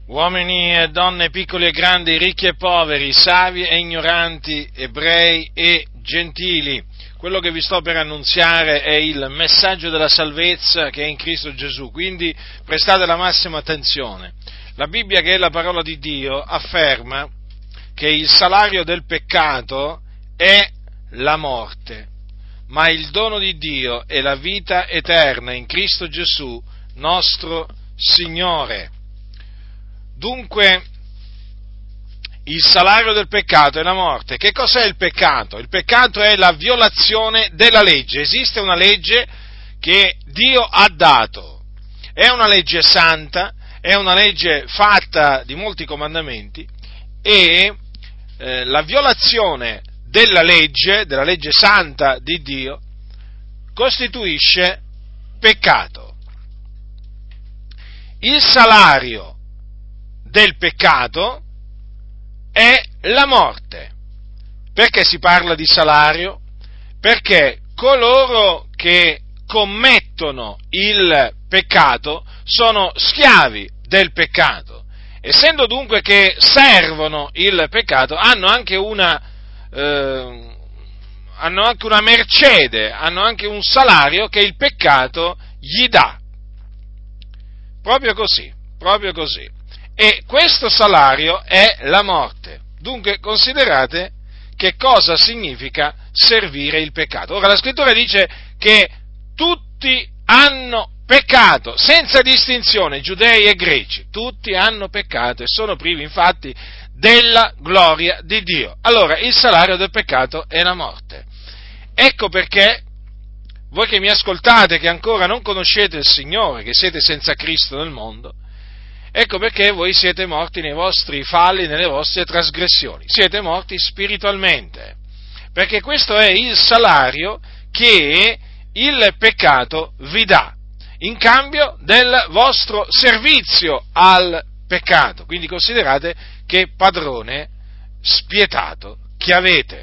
uomini e donne, piccoli e grandi, ricchi e poveri, savi e ignoranti, ebrei e gentili. Quello che vi sto per annunziare è il messaggio della salvezza che è in Cristo Gesù, quindi prestate la massima attenzione. La Bibbia, che è la parola di Dio, afferma che il salario del peccato è la morte, ma il dono di Dio è la vita eterna in Cristo Gesù, nostro Signore. Dunque, il salario del peccato è la morte. Che cos'è il peccato? Il peccato è la violazione della legge. Esiste una legge che Dio ha dato. È una legge santa, è una legge fatta di molti comandamenti e la violazione della legge santa di Dio, costituisce peccato. Il salario del peccato è la morte. Perché si parla di salario? Perché coloro che commettono il peccato sono schiavi del peccato. Essendo dunque che servono il peccato, hanno anche una mercede, hanno anche un salario che il peccato gli dà. Proprio così. E questo salario è la morte. Dunque considerate che cosa significa servire il peccato. Ora la scrittura dice che tutti hanno peccato, senza distinzione, giudei e greci, tutti hanno peccato e sono privi infatti della gloria di Dio. Allora il salario del peccato è la morte. Ecco perché voi che mi ascoltate, che ancora non conoscete il Signore, che siete senza Cristo nel mondo, ecco perché voi siete morti nei vostri falli, nelle vostre trasgressioni, siete morti spiritualmente, perché questo è il salario che il peccato vi dà, in cambio del vostro servizio al peccato. Quindi considerate che padrone spietato che avete.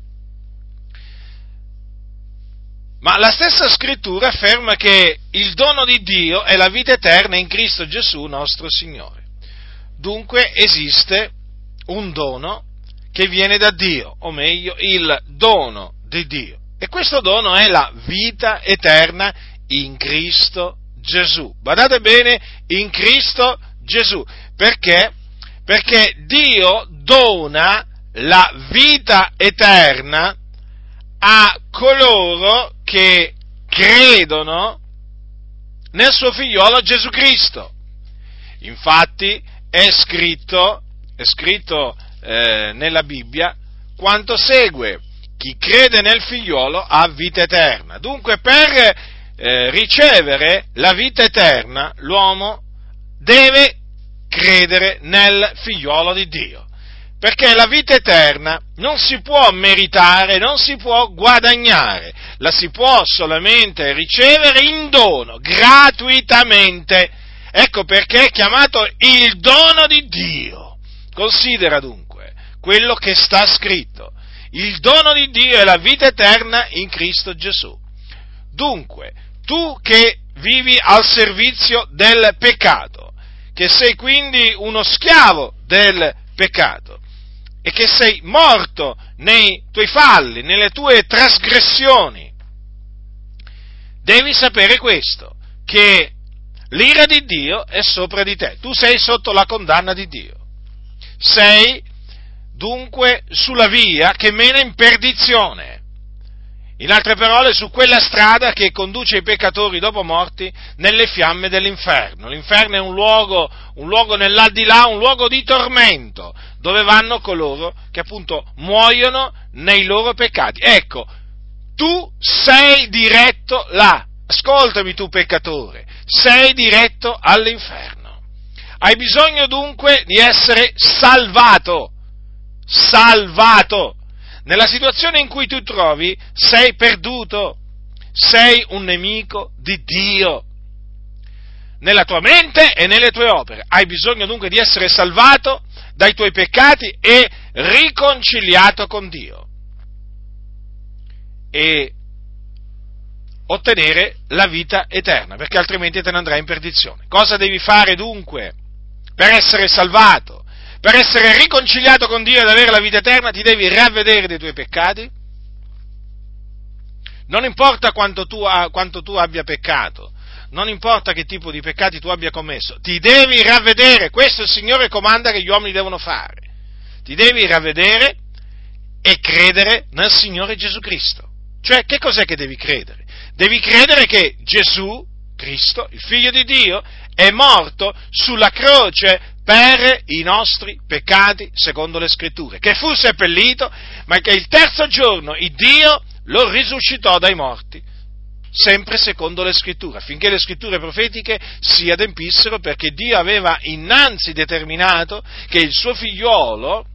Ma la stessa scrittura afferma che il dono di Dio è la vita eterna in Cristo Gesù nostro Signore. Dunque esiste un dono che viene da Dio, o meglio il dono di Dio. E questo dono è la vita eterna in Cristo Gesù. Badate bene, in Cristo Gesù. Perché? Perché Dio dona la vita eterna a coloro che credono nel suo figliolo Gesù Cristo. Infatti è scritto nella Bibbia quanto segue: chi crede nel figliolo ha vita eterna. Dunque per ricevere la vita eterna l'uomo deve credere nel figliolo di Dio. Perché la vita eterna non si può meritare, non si può guadagnare, la si può solamente ricevere in dono, gratuitamente. Ecco perché è chiamato il dono di Dio. Considera dunque quello che sta scritto. Il dono di Dio è la vita eterna in Cristo Gesù. Dunque, tu che vivi al servizio del peccato, che sei quindi uno schiavo del peccato, e che sei morto nei tuoi falli, nelle tue trasgressioni, devi sapere questo, che l'ira di Dio è sopra di te, tu sei sotto la condanna di Dio, sei dunque sulla via che mena in perdizione, in altre parole su quella strada che conduce i peccatori dopo morti nelle fiamme dell'inferno. L'inferno è un luogo nell'aldilà, un luogo di tormento, dove vanno coloro che appunto muoiono nei loro peccati. Ecco, tu sei diretto là, ascoltami tu peccatore, sei diretto all'inferno. Hai bisogno dunque di essere salvato. Nella situazione in cui tu trovi sei perduto, sei un nemico di Dio, nella tua mente e nelle tue opere. Hai bisogno dunque di essere salvato dai tuoi peccati e riconciliato con Dio e ottenere la vita eterna, perché altrimenti te ne andrai in perdizione. Cosa devi fare dunque? per essere salvato, per essere riconciliato con Dio ed avere la vita eterna, ti devi ravvedere dei tuoi peccati. Non importa quanto tu abbia peccato, non importa che tipo di peccati tu abbia commesso, ti devi ravvedere, questo il Signore comanda che gli uomini devono fare. Ti devi ravvedere e credere nel Signore Gesù Cristo. Cioè, che cos'è che devi credere? Devi credere che Gesù Cristo, il Figlio di Dio, è morto sulla croce per i nostri peccati, secondo le Scritture, che fu seppellito, ma che il terzo giorno il Dio lo risuscitò dai morti, sempre secondo le Scritture, affinché le Scritture profetiche si adempissero, perché Dio aveva innanzi determinato che il suo figliuolo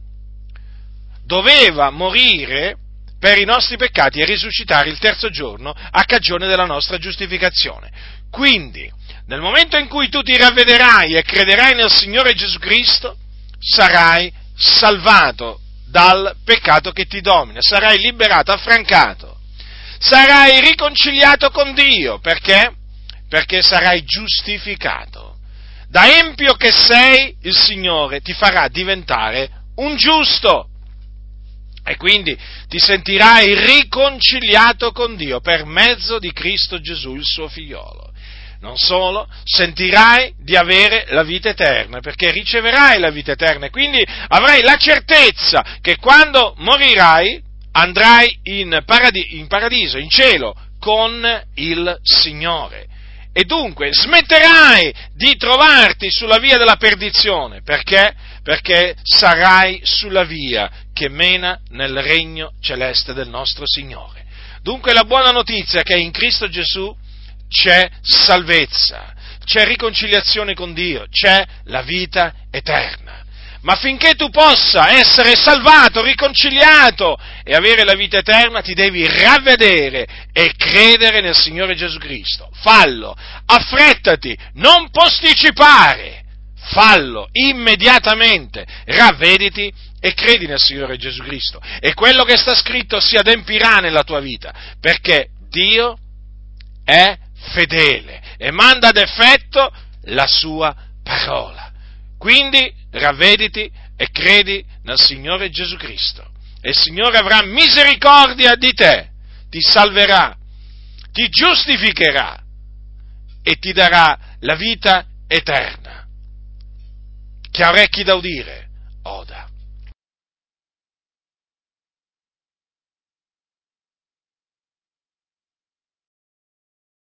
doveva morire per i nostri peccati e risuscitare il terzo giorno a cagione della nostra giustificazione. Quindi, nel momento in cui tu ti ravvederai e crederai nel Signore Gesù Cristo, sarai salvato dal peccato che ti domina, sarai liberato, affrancato, sarai riconciliato con Dio, perché? Perché sarai giustificato. Da empio che sei, il Signore ti farà diventare un giusto. E quindi ti sentirai riconciliato con Dio per mezzo di Cristo Gesù, il suo figliolo. Non solo, sentirai di avere la vita eterna, perché riceverai la vita eterna e quindi avrai la certezza che quando morirai andrai in paradiso, in cielo, con il Signore. E dunque smetterai di trovarti sulla via della perdizione, perché? Perché sarai sulla via che mena nel regno celeste del nostro Signore. Dunque la buona notizia è che in Cristo Gesù c'è salvezza, c'è riconciliazione con Dio, c'è la vita eterna. Ma finché tu possa essere salvato, riconciliato e avere la vita eterna, ti devi ravvedere e credere nel Signore Gesù Cristo. Fallo, affrettati, non posticipare, fallo immediatamente, ravvediti e credi nel Signore Gesù Cristo. E quello che sta scritto si adempirà nella tua vita, perché Dio è fedele e manda ad effetto la sua parola. Quindi ravvediti e credi nel Signore Gesù Cristo e il Signore avrà misericordia di te, ti salverà, ti giustificherà e ti darà la vita eterna. Chi ha orecchi da udire, oda.